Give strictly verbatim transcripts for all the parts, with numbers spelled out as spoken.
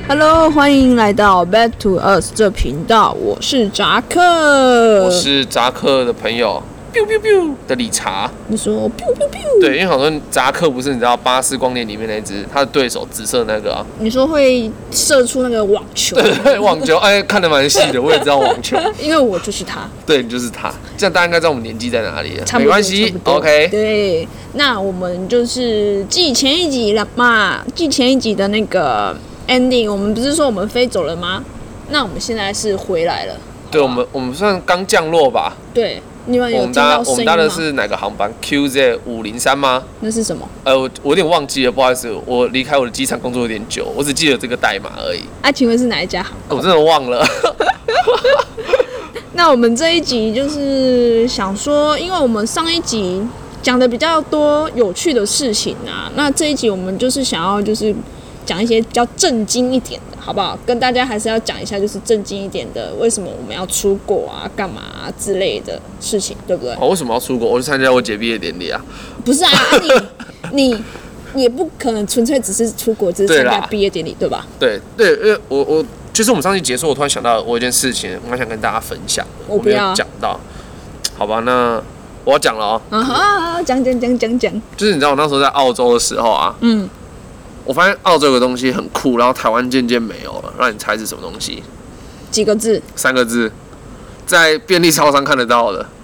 Hello， 欢迎来到 Back to Us 这频道，我是扎克， 我是扎克的朋友 biu biu biu 的理查。 你说 biu biu biu？ 对，因为好多扎克不是你知道巴斯光年里面那只他的对手紫色那个啊？ 你说会射出那个网球？ 对对，网球，哎，看得蛮细的，我也知道网球， 因为我就是他。 对，你就是他，这样大家应该知道我们年纪在哪里了， 差不多没关系 ，OK。 对，那我们就是继前一集了嘛，继前一集的那个 ending， 我们不是说我们飞走了吗？那我们现在是回来了。 对，我们我们算刚降落吧。 对，你们有听我们搭到声音吗？ 我们搭的是哪个航班 ？Q Z 五零三吗？ 那是什么？ 呃，我我有点忘记了，不好意思，我离开我的机场工作有点久，我只记得这个代码而已。 啊，请问是哪一家航空？ 我真的忘了。 那我们这一集就是想说，因为我们上一集讲的比较多有趣的事情啊，那这一集我们就是想要就是讲一些比较正经一点的，好不好？跟大家还是要讲一下，就是正经一点的，为什么我们要出国啊、干嘛啊之类的事情，对不对？ 我为什么要出国？我去参加我姐毕业典礼啊。 不是啊，你你也不可能纯粹只是出国，只是参加毕业典礼，对吧？ 对对，因为我我就是我们上期结束，我突然想到我有一件事情，我想跟大家分享。 我不要讲到，好吧，那我要讲了哦。 啊哈，讲讲讲讲讲， 就是你知道我那时候在澳洲的时候啊，嗯，我发现澳洲有个东西很酷，然后台湾渐渐没有了。让你猜是什么东西？ 几个字？ 三个字，在便利超商看得到的。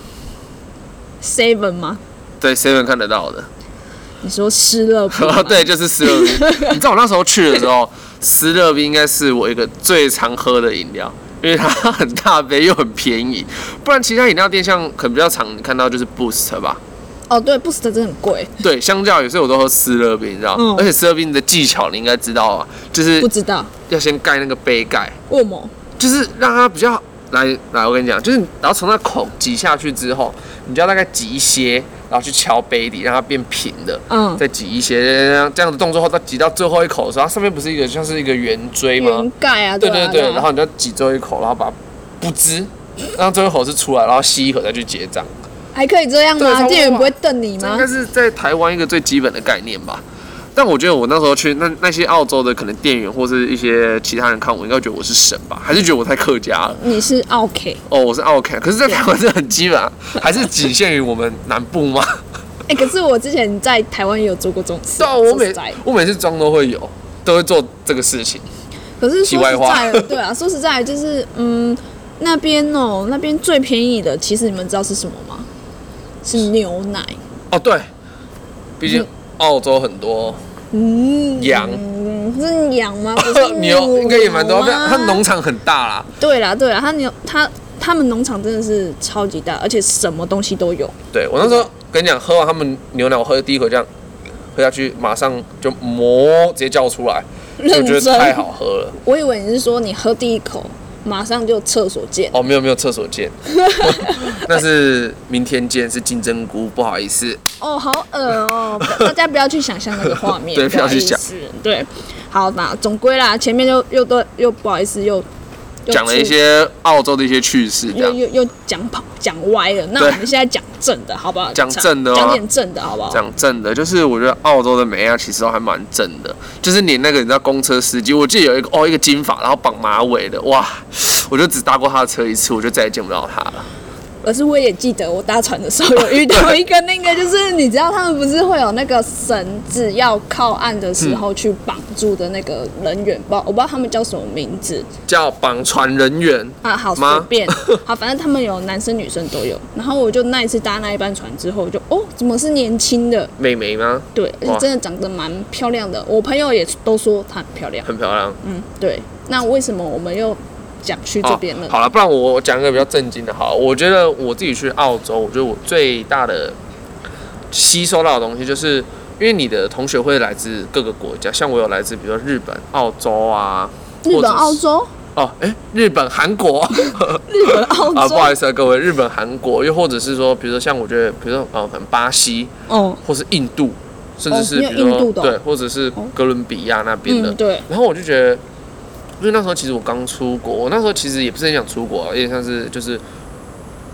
Seven 吗？ 对 ，Seven 看得到的。 你说湿乐冰？ 对，就是湿乐冰。你知道我那时候去的时候，湿乐冰应该是我一个最常喝的饮料，因为它很大杯又很便宜。不然其他饮料店像可能比较常你看到就是 Boost 吧。 哦，对 ，Boost 真的很贵。 对，相较有时候我都喝湿乐冰，你知道？嗯、而且湿乐冰的技巧你应该知道啊，就是不知道要先盖那个杯盖。 为什么？ 就是让它比较来来，我跟你讲，就是然后从那口挤下去之后，你就要大概挤一些，然后去敲杯底，让它变平的。嗯。再挤一些，这样的动作后，到挤到最后一口的时候，它上面不是一个像是一个圆锥吗？ 圆盖啊， 对对对。 对啊、 然后你就挤最后一口，然后把它不吱，让最后一口是出来，然后吸一口再去结账。 还可以这样吗？店员不会瞪你吗？ 这应该是在台湾一个最基本的概念吧。但我觉得我那时候去那那些澳洲的可能店员或是一些其他人看我，应该觉得我是神吧，还是觉得我太客家了？ 你是澳 K 哦，我是澳 K， 可是在台湾真的很基本啊，还是仅限于我们南部吗？ 哎、欸，可是我之前在台湾也有做过这种事。 对啊，我每我每次装都会有，都会做这个事情。 可是说实在的，对啊，说实在的就是嗯，那边哦，那边最便宜的，其实你们知道是什么吗？是牛奶。 哦，对，毕竟澳洲很多嗯羊， 嗯，是羊吗？不是牛，应该也蛮多，它农场很大啦。 对啦，对啦，它牛它他们农场真的是超级大，而且什么东西都有。 对，我那时候跟你讲，喝完他们牛奶，我喝第一口这样喝下去，马上就磨直接叫出来，我觉得太好喝了。 我以为你是说你喝第一口。马上就厕所见哦，没有没有厕所见，那是明天见，是金针菇，不好意思。 哦，好恶哦，大家不要去想象那个画面， 对，不要去想。 对，好，那总归啦，前面又又都又不好意思又讲了一些澳洲的一些趣事， 又又又讲跑讲歪了。那我们现在讲正的，好不好？ 讲正的、哦， 讲点正的，好不好？ 讲正的，就是我觉得澳洲的美亚其实都还蛮正的，就是连那个你知道公车司机，我记得有一个哦一个金发，然后绑马尾的，哇，我就只搭过他的车一次，我就再也见不到他了。 可是我也记得，我搭船的时候有遇到一个那个，就是你知道他们不是会有那个绳子要靠岸的时候去绑住的那个人员，不、嗯，我不知道他们叫什么名字， 叫绑船人员啊，好随便，好，反正他们有男生女生都有。然后我就那一次搭那一班船之后，我就哦，怎么是年轻的妹妹吗？ 对，而且真的长得蛮漂亮的，我朋友也都说她很漂亮， 很漂亮。 嗯，对。那为什么我们又讲去这边了？ 好了，不然我讲一个比较正经的。好，我觉得我自己去澳洲，我觉得我最大的吸收到的东西，就是因为你的同学会来自各个国家，像我有来自比如说日本、澳洲啊， 日本、澳洲。 哦，哎、欸，日本、韩国， 日本、澳洲啊，不好意思啊，各位，日本、韩国，又或者是说，比如说像我觉得，比如说呃，可能巴西，哦，或是印度，甚至是比如说、哦、对，或者是哥伦比亚那边的、 嗯，对。 然后我就觉得，因为那时候其实我刚出国，我那时候其实也不是很想出国，有点像是就是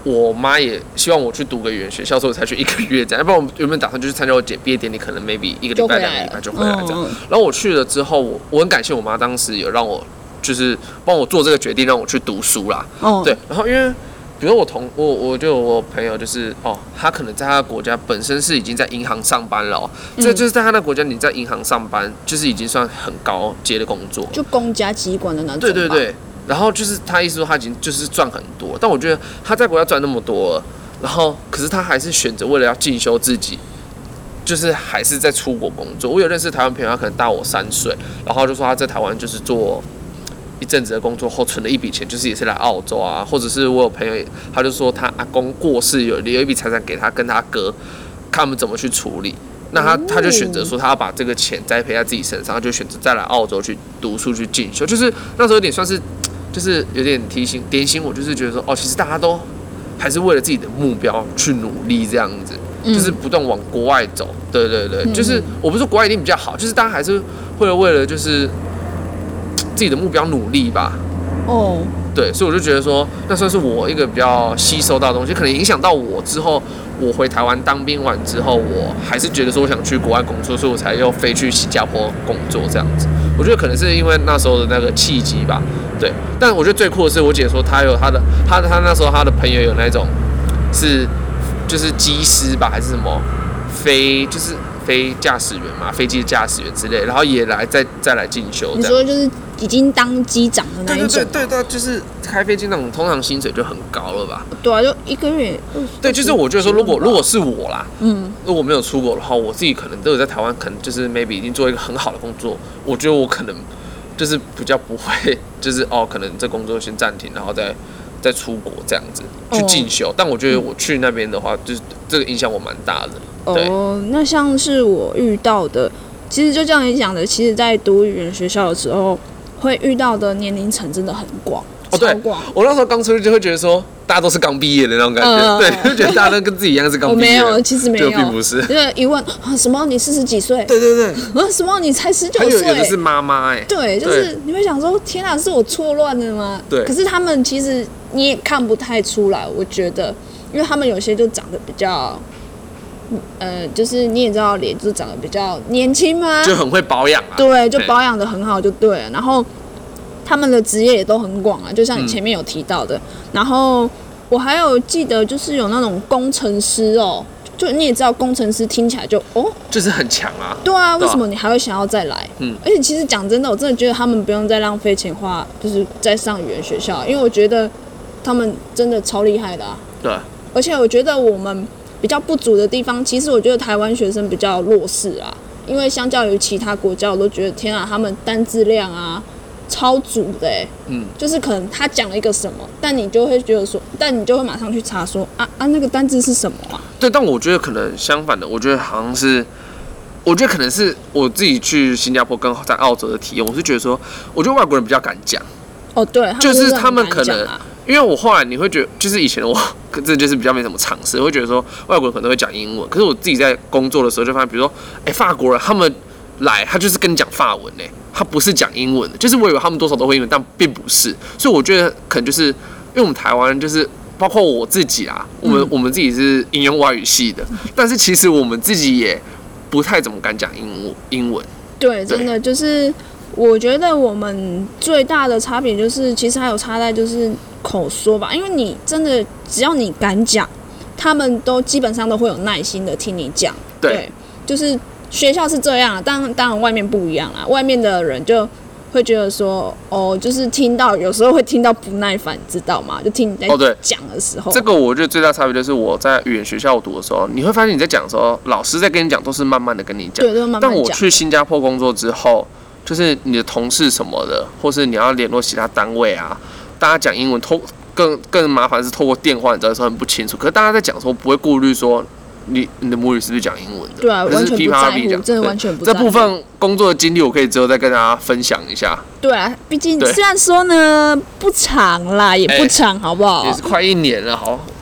我妈也希望我去读个语言学校，所以我才去一个月这样。要不然我原本打算就是参加我姐毕业典礼，可能 maybe 一个礼拜、两个礼拜就回来这样。然后我去了之后，我我很感谢我妈当时有让我就是帮我做这个决定，让我去读书啦。哦，对。然后因为比如我同我我就有我朋友就是哦，他可能在他的国家本身是已经在银行上班了、哦，嗯、这就是在他那国家你在银行上班，就是已经算很高阶的工作， 就公家机关的那种。 对对对。然后就是他意思说他已经就是赚很多，但我觉得他在国家赚那么多了，然后可是他还是选择为了要进修自己，就是还是在出国工作。我有认识台湾朋友，他可能大我三岁，然后就说他在台湾就是做一阵子的工作后存了一笔钱，就是也是来澳洲啊，或者是我有朋友，他就说他阿公过世有有一笔财产给他跟他哥，看他们怎么去处理。那他他就选择说他要把这个钱栽培在自己身上，他就选择再来澳洲去读书去进修，就是那时候有点算是。就是有点提醒点醒我，就是觉得说哦，其实大家都还是为了自己的目标去努力，这样子，嗯、就是不断往国外走。对对对，嗯、就是我不是说国外一定比较好，就是大家还是会为了就是自己的目标努力吧。哦，对，所以我就觉得说，那算是我一个比较吸收到的东西，可能影响到我之后，我回台湾当兵完之后，我还是觉得说我想去国外工作，所以我才又飞去新加坡工作这样子。我觉得可能是因为那时候的那个契机吧，对。但我觉得最酷的是，我姐说她有她的，她她那时候她的朋友有那种是就是机师吧，还是什么飞，就是飞驾驶员嘛，飞机的驾驶员之类，然后也来再再来进修。 你说就是已经当机长的那一种？ 对对对对，就是开飞机那种，通常薪水就很高了吧？ 对啊，就一个月。 对，就是我觉得说，如果如果是我啦，嗯，如果没有出国的话，我自己可能都有在台湾，可能就是 maybe 已经做一个很好的工作，我觉得我可能就是比较不会，就是哦，可能这工作先暂停，然后再再出国这样子去进修。哦、但我觉得我去那边的话，就是这个影响我蛮大的。 哦，那像是我遇到的，其实就像你讲的，其实在读语言学校的时候，会遇到的年龄层真的很广。 哦，对，我那时候刚出去就会觉得说，大家都是刚毕业的那种感觉，呃、对，就觉得大家都跟自己一样是刚毕业的。 我没有，其实没有， 并不是。 就是一问啊，什么你四十几岁？ 对对对。 啊，什么你才十九岁？ 还有有的是妈妈哎。 对，就是你会想说，天啊，是我错乱了吗？ 对。 可是他们其实你也看不太出来，我觉得，因为他们有些就长得比较。呃，就是你也知道，脸就长得比较年轻嘛， 就很会保养啊。 对，就保养得很好就对了。然后他们的职业也都很广啊，就像你前面有提到的。嗯、然后我还有记得，就是有那种工程师哦，就你也知道，工程师听起来就哦， 就是很强啊。 对啊，为什么你还会想要再来？嗯，而且其实讲真的，我真的觉得他们不用再浪费钱花，就是在上语言学校，因为我觉得他们真的超厉害的啊。 对， 而且我觉得我们。比较不足的地方，其实我觉得台湾学生比较弱势啊，因为相较于其他国家，我都觉得天啊，他们单字量啊超足的哎、欸，嗯，就是可能他讲了一个什么，但你就会觉得说，但你就会马上去查说啊啊那个单字是什么啊？ 对，但我觉得可能相反的，我觉得好像是，我觉得可能是我自己去新加坡跟在澳洲的体验，我是觉得说，我觉得外国人比较敢讲。 哦，对， 就是他们可能。因为我后来你会觉得，就是以前的我，这就是比较没什么尝试，会觉得说外国人可能会讲英文，可是我自己在工作的时候就发现，比如说，哎、欸，法国人他们来，他就是跟你讲法文嘞、欸，他不是讲英文的，就是我以为他们多少都会英文，但并不是，所以我觉得可能就是因为我们台湾就是包括我自己啊，我们、嗯、我们自己是应用外语系的，但是其实我们自己也不太怎么敢讲英文英文。 对，真的就是。我觉得我们最大的差别就是，其实还有差在就是口说吧，因为你真的只要你敢讲，他们都基本上都会有耐心的听你讲。 对， 对，就是学校是这样啊，当然当然外面不一样啊，外面的人就会觉得说，哦，就是听到有时候会听到不耐烦，知道吗？就听你在讲的时候。 哦、这个我觉得最大差别就是我在语言学校读的时候，你会发现你在讲的时候，老师在跟你讲都是慢慢的跟你讲， 对，都慢慢讲。 但我去新加坡工作之后。就是你的同事什么的，或是你要联络其他单位啊，大家讲英文，透更更麻烦是透过电话，你知道说很不清楚。可是大家在讲的时候不会顾虑说你你的母语是不是讲英文的， 对啊，完全不在乎，真的完全不在乎。 这部分工作的经历我可以之后再跟大家分享一下。 对啊，毕竟虽然说呢不长啦，也不长，欸、好不好？ 也是快一年了，好。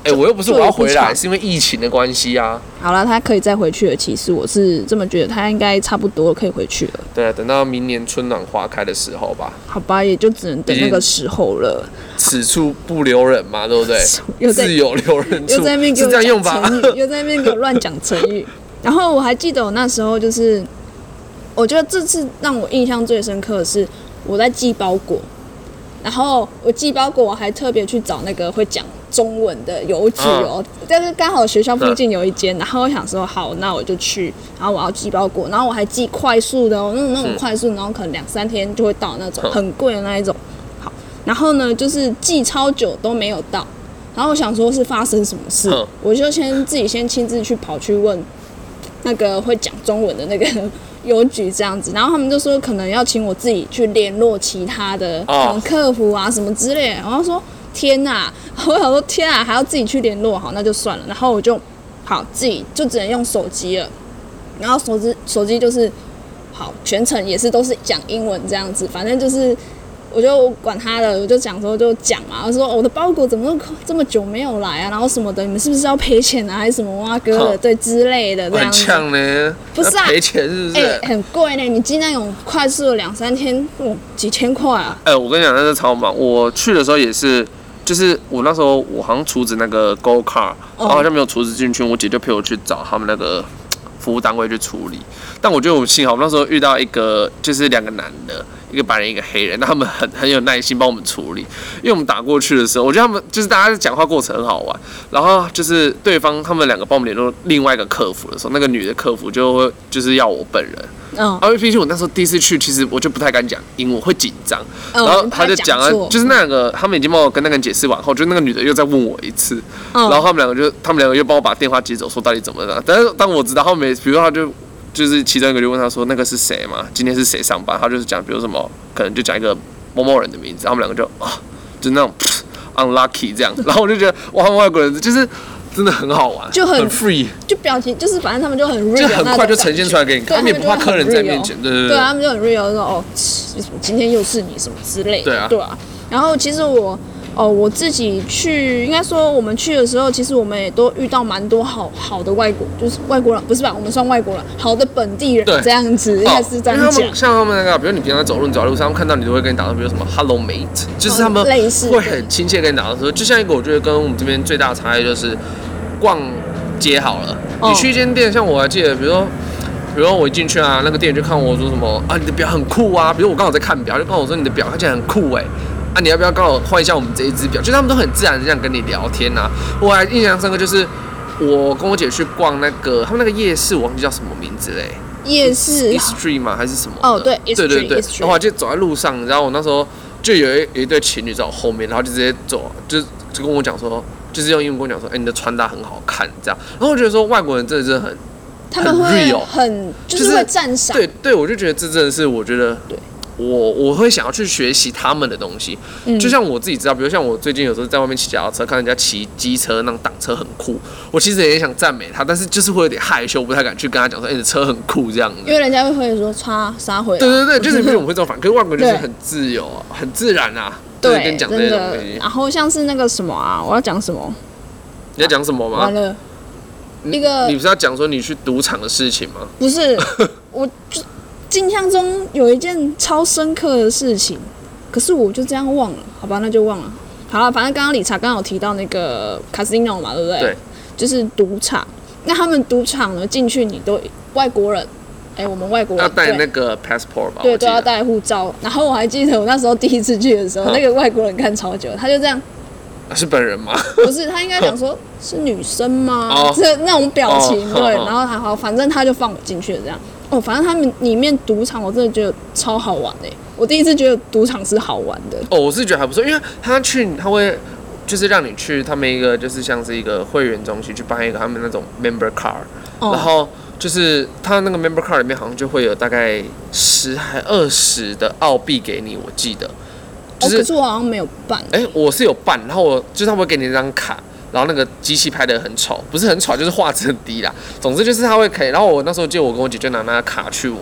哎、欸，我又不是我要回来，是因为疫情的关系啊。 好了，他可以再回去了。其实我是这么觉得，他应该差不多可以回去了。 对啊，等到明年春暖花开的时候吧。 好吧，也就只能等那个时候了。 此处不留人嘛，对不对？自有留人处， 又在那边给我讲成语，又在那边给我乱讲成语。然后我还记得我那时候就是，我觉得这次让我印象最深刻的是我在寄包裹，然后我寄包裹我还特别去找那个会讲中文的邮局哦，但是刚好学校附近有一间，然后我想说好，那我就去，然后我要寄包裹，然后我还寄快速的哦，那种那种快速，然后可能两三天就会到那种很贵的那一种。好，然后呢就是寄超久都没有到，然后我想说是发生什么事，我就先自己先亲自去跑去问那个会讲中文的那个邮局这样子，然后他们就说可能要请我自己去联络其他的可能客服啊什么之类的，然后说天哪，我想说天啊，还要自己去联络，好那就算了，然后我就好自己就只能用手机了，然后手机手机就是好全程也是都是讲英文这样子，反正就是我就管他的，我就讲说就讲嘛，我说我的包裹怎么这么久没有来啊，然后什么的，你们是不是要赔钱啊，还是什么哇哥的，对之类的这样子。 很呛呢， 不是啊， 赔钱是不是？ 哎、欸，很贵呢，你寄那种快速的两三天，哦，几千块啊。 哎、欸，我跟你讲，那是超忙。我去的时候也是，就是我那时候我好像储值那个 Go Car， 然后好像没有储值进去，我姐就陪我去找他们那个服务单位去处理。但我觉得我幸好，我那时候遇到一个就是两个男的，一个白人一个黑人，那他们很很有耐心帮我们处理。因为我们打过去的时候，我觉得他们就是大家讲话过程很好玩。然后就是对方他们两个帮我们联络另外一个客服的时候，那个女的客服就会就是要我本人。嗯，因为毕竟我那时候第一次去，其实我就不太敢讲英文，会紧张。然后他就讲了，就是那两个他们已经帮我跟那个人解释完后，就那个女的又再问我一次。然后他们两个就他们两个又帮我把电话接走，说到底怎么了。但是当我知道他们，比如说他就。就是其中一个就问他说那个是谁嘛？今天是谁上班？他就是讲，比如什么，可能就讲一个某某人的名字，他们两个就啊，就那种 unlucky 这样，然后我就觉得哇，外国人就是真的很好玩， 就很, 很 free， 就表情就是反正他们就很 real， 就很快就呈现出来给你看，他们也不怕客人在面前，对对对， 对，他们就很 real， 说哦，今天又是你什么之类的，对啊，对啊。然后其实我。哦，我自己去，应该说我们去的时候，其实我们也都遇到蛮多好好的外国，就是外国人，不是吧？我们算外国人，好的本地人这样子，应该是这样讲。 像他们那个，比如你平常走路，你走在路上，他们看到你都会跟你打招呼，比如什么 “hello mate”， 就是他们会很亲切跟你打招呼。就像一个，我觉得跟我们这边最大的差异就是，逛街好了，你去一间店，像我还记得，比如说。比如说我一进去啊，那个店员就看我说什么啊，你的表很酷啊。比如我刚好在看表，就跟我说你的表看起来很酷哎、欸，啊你要不要刚好换一下我们这一只表？就他们都很自然的这样跟你聊天啊。我还印象深刻，就是我跟我姐去逛那个他们那个夜市，我忘记叫什么名字嘞、欸。 夜市 East Street 吗？还是什么？ 哦，对， 对对对。然后我就走在路上，然后我那时候就有一有一对情侣在我后面，然后就直接走，就就跟我讲说，就是用英文跟我讲说，哎、欸，你的穿搭很好看这样。然后我觉得说外国人真的是很。 他们会很就是会赞赏、 就是，对对，我就觉得这真的是我觉得，我我会想要去学习他们的东西、嗯，就像我自己知道，比如像我最近有时候在外面骑脚踏车，看人家骑机车那种挡车很酷，我其实也想赞美他，但是就是会有点害羞，不太敢去跟他讲说，哎、欸，你的车很酷这样子， 因为人家会说擦撒回， 对对对，就是比如我们会这种反，可是外国人就是很自由、啊，很自然啊，对，跟你讲这些东西。 然后像是那个什么啊，我要讲什么？ 你要讲什么吗？ 完了。一个， 你不是要讲说你去赌场的事情吗？ 不是，我印象中有一件超深刻的事情，可是我就这样忘了，好吧，那就忘了。好了，反正刚刚理查刚好提到那个 casino 嘛，对不对？ 对， 就是赌场。那他们赌场呢，进去你都外国人，哎、欸，我们外国人要带那个 passport 吧？ 对，都要带护照。然后我还记得我那时候第一次去的时候，那个外国人看超久，他就这样。 是本人吗？ 不是，他应该讲说是女生吗？这、oh. 那种表情， oh. 对，然后还好，反正他就放我进去了，这样。哦，反正他们里面赌场，我真的觉得超好玩哎、欸！我第一次觉得赌场是好玩的。 哦，我是觉得还不错，因为他去他会就是让你去他们一个就是像是一个会员中心去办一个他们那种 member card，、oh. 然后就是他那个 member card 里面好像就会有大概十还二十的澳币给你，我记得。就是、 哦，可是我好像没有办。 哎、欸，我是有办，然后我就是他会给你一张卡，然后那个机器拍得很丑，不是很丑，就是画质很低啦。总之就是他会可以，然后我那时候记得我跟我姐就拿那个卡去玩，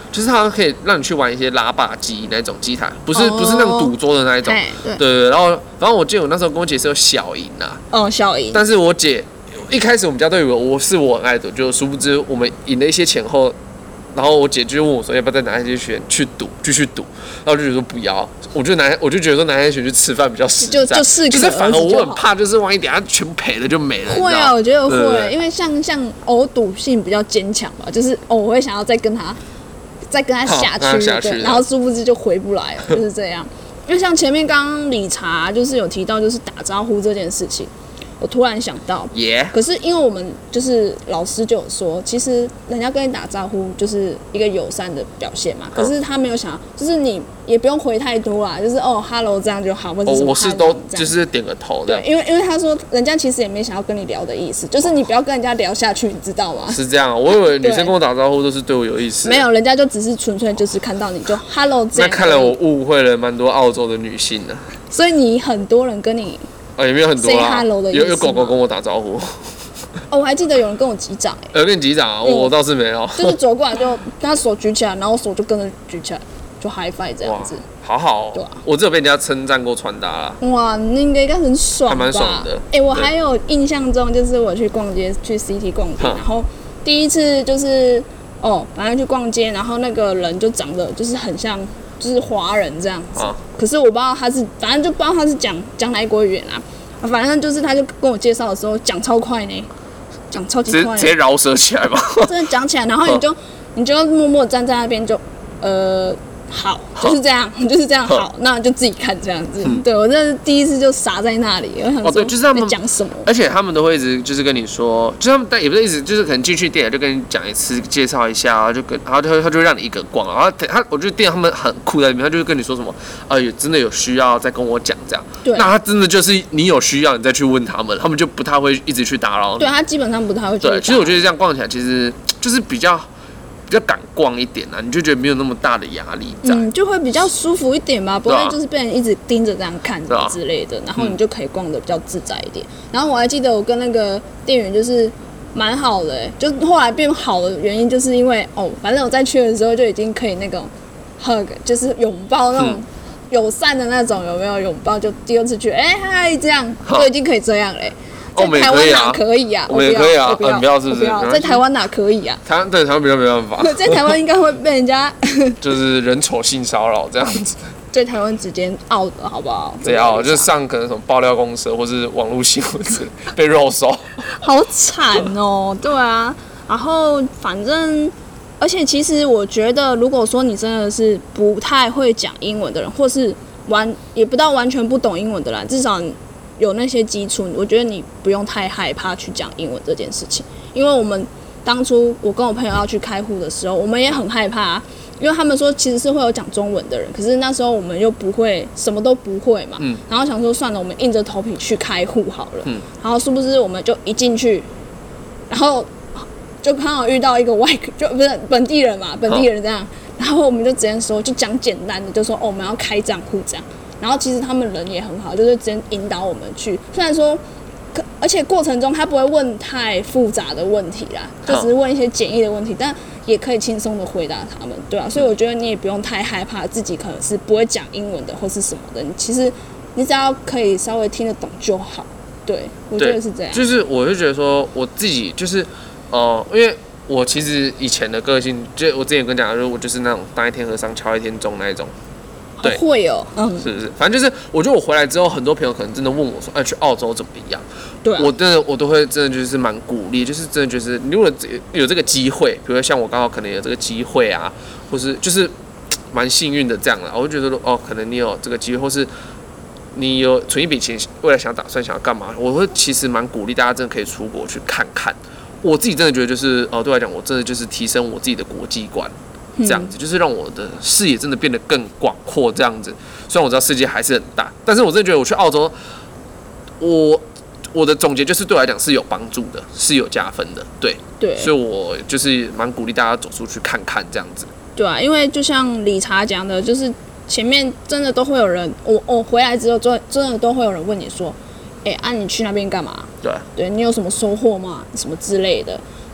就是它可以让你去玩一些拉霸机那种机台，不是、哦、不是那种赌桌的那一种。对对对，然后然后我记得我那时候跟我姐是有小赢啊。 哦，小赢。 但是我姐一开始我们家都以为我是我很爱赌，就殊不知我们赢了一些钱后。然后我姐就问我说要不要再拿一些钱去赌，继续赌，然后我就觉得说不要，我就拿我就觉得说拿一些钱去吃饭比较实在， 就就适可而止就好。 就是反而我很怕，就是万一等下全赔了就没了。 会啊，我觉得会，对对对，因为像像偶赌性比较坚强吧，就是哦，我会想要再跟他再跟他下去， 下去对，然后殊不知就回不来了，就是这样。因为像前面刚刚理查就是有提到就是打招呼这件事情。我突然想到， yeah. 可是因为我们就是老师就有说，其实人家跟你打招呼就是一个友善的表现嘛。可是他没有想，就是你也不用回太多啦，就是哦 ，hello 这样就好，或者什么、哦、 我是都就是点个头的。 对，因为因为他说人家其实也没想要跟你聊的意思，就是你不要跟人家聊下去，你知道吗？ 是这样，我以为女生跟我打招呼都是对我有意思。 没有，人家就只是纯粹就是看到你就 hello 这样。 那看来我误会了蛮多澳洲的女性的。 所以你很多人跟你。 哦，也没有很多啦， 有有狗狗跟我打招呼。 哦，我还记得有人跟我击掌哎。 有跟你击掌啊？我倒是没有。 就是走过来就他手举起来，然后手就跟着举起来，就 high five 这样子。 好好、哦。对啊。我只有被人家称赞过穿搭啦。 哇，那应该很爽吧？ 还蛮爽的。 哎、欸，我还有印象中，就是我去逛街，去 City 逛街，然后第一次就是哦，反正去逛街，然后那个人就长得就是很像。就是华人这样子、啊，可是我不知道他是，反正就不知道他是讲讲哪一国语言啊。反正就是他就跟我介绍的时候讲超快呢，讲超级快， 直接饶舌起来吧。 真的讲起来，然后你就你就默默站在那边就呃。好，就是这样，就是这样。好，那就自己看这样子。嗯、对我这第一次就傻在那里，我想说，哦，对，就是他们讲什么， 而且他们都会一直就是跟你说，就是他们但也不是一直，就是可能进去店就跟你讲一次，介绍一下，然后就跟，然后他他就会让你一个逛，然后他我觉得店他们很酷在里面，他就会跟你说什么，啊、呃，有真的有需要再跟我讲这样。对，那他真的就是你有需要，你再去问他们，他们就不太会一直去打扰你。 对他基本上不太会去打扰。 对，其实我觉得这样逛起来其实就是比较。比较敢逛一点啊，你就觉得没有那么大的压力在， 嗯，就会比较舒服一点吧，不会就是被人一直盯着这样看着之类的，然后你就可以逛得比较自在一点。然后我还记得我跟那个店员就是蛮好的、欸，就后来变好的原因就是因为哦，反正我在去的时候就已经可以那种 hug， 就是拥抱那种友善的那种，有没有拥抱？就第二次去，哎、欸、嗨，这样就已经可以这样嘞、欸。在台湾哪可以啊？ 我们也可以啊， 我不要， 不要是不是？ 在台湾哪可以啊？ 台湾对台湾比较没办法。 在台湾应该会被人家就是人丑性骚扰这样子。 在台湾直接 out 的好不好？ 对啊，就是上可能什么爆料公社或是网络新闻被肉搜， 好惨哦。对啊，然后反正，而且其实我觉得，如果说你真的是不太会讲英文的人，或是完也不到完全不懂英文的人，至少有那些基础，我觉得你不用太害怕去讲英文这件事情，因为我们当初我跟我朋友要去开户的时候，我们也很害怕、啊，因为他们说其实是会有讲中文的人，可是那时候我们又不会，什么都不会嘛，嗯、然后想说算了，我们硬着头皮去开户好了，嗯、然后殊不知我们就一进去，然后就刚好遇到一个外就不是本地人嘛，本地人这样，然后我们就直接说，就讲简单的，就说哦我们要开账户这样。然后其实他们人也很好，就是直接引导我们去。虽然说，而且过程中他不会问太复杂的问题啦，就只是问一些简易的问题，但也可以轻松的回答他们，对啊。所以我觉得你也不用太害怕自己可能是不会讲英文的或是什么的，你其实你只要可以稍微听得懂就好。对，我觉得是这样。 就是我就觉得说我自己就是哦、呃，因为我其实以前的个性，就我之前跟你讲，就是我就是那种当一天和尚敲一天钟那一种。对， 会哦，嗯， 是不是？反正就是，我觉得我回来之后，很多朋友可能真的问我说：“哎，去澳洲怎么样？” 对、啊， 我真的我都会真的就是蛮鼓励，就是真的就是，如果有这个机会，比如说像我刚好可能有这个机会啊，或是就是蛮幸运的这样啦，我就觉得哦，可能你有这个机会，或是你有存一笔钱，未来想打算想要干嘛，我会其实蛮鼓励大家真的可以出国去看看。我自己真的觉得就是哦，对我来讲，我真的就是提升我自己的国际观。这样子就是让我的视野真的变得更广阔。这样子，虽然我知道世界还是很大，但是我真的觉得我去澳洲，我我的总结就是对我来讲是有帮助的，是有加分的。对对，所以我就是蛮鼓励大家走出去看看这样子。 对啊，因为就像理查讲的，就是前面真的都会有人，我我回来之后，真真的都会有人问你说，哎、欸，啊你去那边干嘛？ 对， 对你有什么收获吗？什么之类的。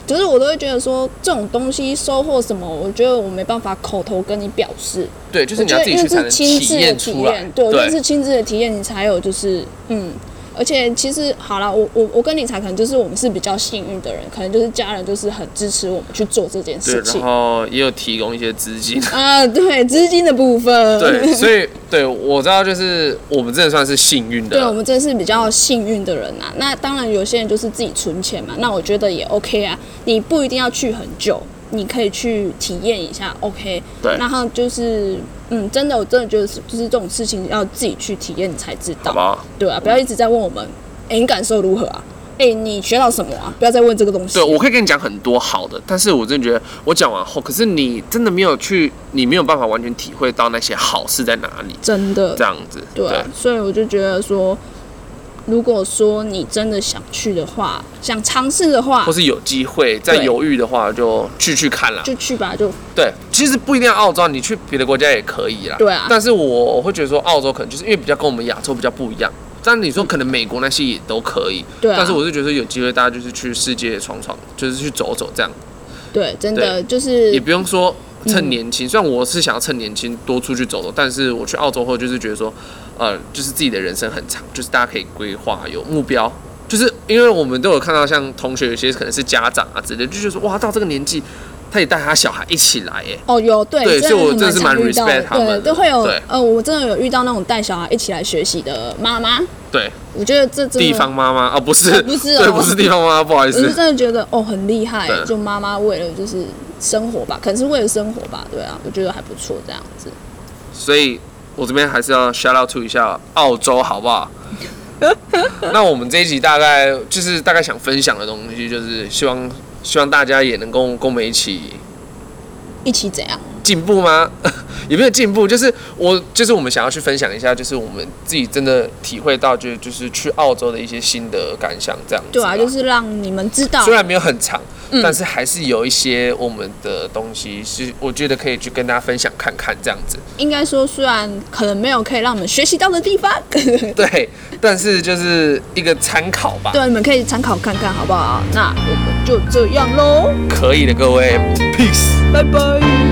就是我都会觉得说这种东西收获什么，我觉得我没办法口头跟你表示。 对，就是你要自己去才能体验出来。 对，我觉得是亲自的体验，你才有就是嗯。而且其实好啦，我我我跟理财可能就是我们是比较幸运的人，可能就是家人就是很支持我们去做这件事情， 然后也有提供一些资金啊，对，资金的部分， 对，所以对我知道就是我们真的算是幸运的， 对，我们真的是比较幸运的人啊。那当然有些人就是自己存钱嘛，那我觉得也 OK 啊，你不一定要去很久。你可以去体验一下 ，OK？ 对， 然后就是，嗯，真的，我真的觉得是，就是这种事情要自己去体验，你才知道， 好吧？ 对啊，不要一直在问我们，哎、欸，你感受如何啊？哎、欸，你学到什么啊？不要再问这个东西。 对，我可以跟你讲很多好的，但是我真的觉得我讲完后，可是你真的没有去，你没有办法完全体会到那些好是在哪里， 真的这样子。 对、啊，所以我就觉得说。如果说你真的想去的话，想尝试的话， 或是有机会在犹豫的话，就去去看啦， 就去吧，就对。其实不一定要澳洲，你去别的国家也可以啦。 对啊。 但是我会觉得说，澳洲可能就是因为比较跟我们亚洲比较不一样。但你说可能美国那些也都可以，对、啊。但是我是觉得有机会大家就是去世界闯闯，就是去走走这样。 对，真的就是也不用说趁年轻、嗯。虽然我是想要趁年轻多出去走走，但是我去澳洲后就是觉得说。呃，就是自己的人生很长，就是大家可以规划有目标，就是因为我们都有看到像同学有些可能是家长啊之类的，就觉得说哇，到这个年纪，他也带他小孩一起来耶。 哦，有对， 对，所以我真的是蛮 respect 他们的， 对，都会有呃，我真的有遇到那种带小孩一起来学习的妈妈。 对， 我觉得这真的地方妈妈哦，不是， 不是、哦， 对，不是地方妈妈，不好意思。 我是真的觉得哦，很厉害，就妈妈为了就是生活吧，可能是为了生活吧，对啊，我觉得还不错这样子。 所以。我这边还是要 shout out to 一下澳洲，好不好？那我们这一集大概就是大概想分享的东西，就是希望希望大家也能够跟我们一起一起怎样进步吗？也没有进步，就是我就是我们想要去分享一下，就是我们自己真的体会到，就就是去澳洲的一些心得感想，这样子。 对啊，就是让你们知道， 虽然没有很长。嗯、但是还是有一些我们的东西是我觉得可以去跟大家分享看看这样子。 应该说，虽然可能没有可以让我们学习到的地方， 对，但是就是一个参考吧。 对，你们可以参考看看，好不好？那我们就这样喽。 可以的，各位 ，peace， 拜拜。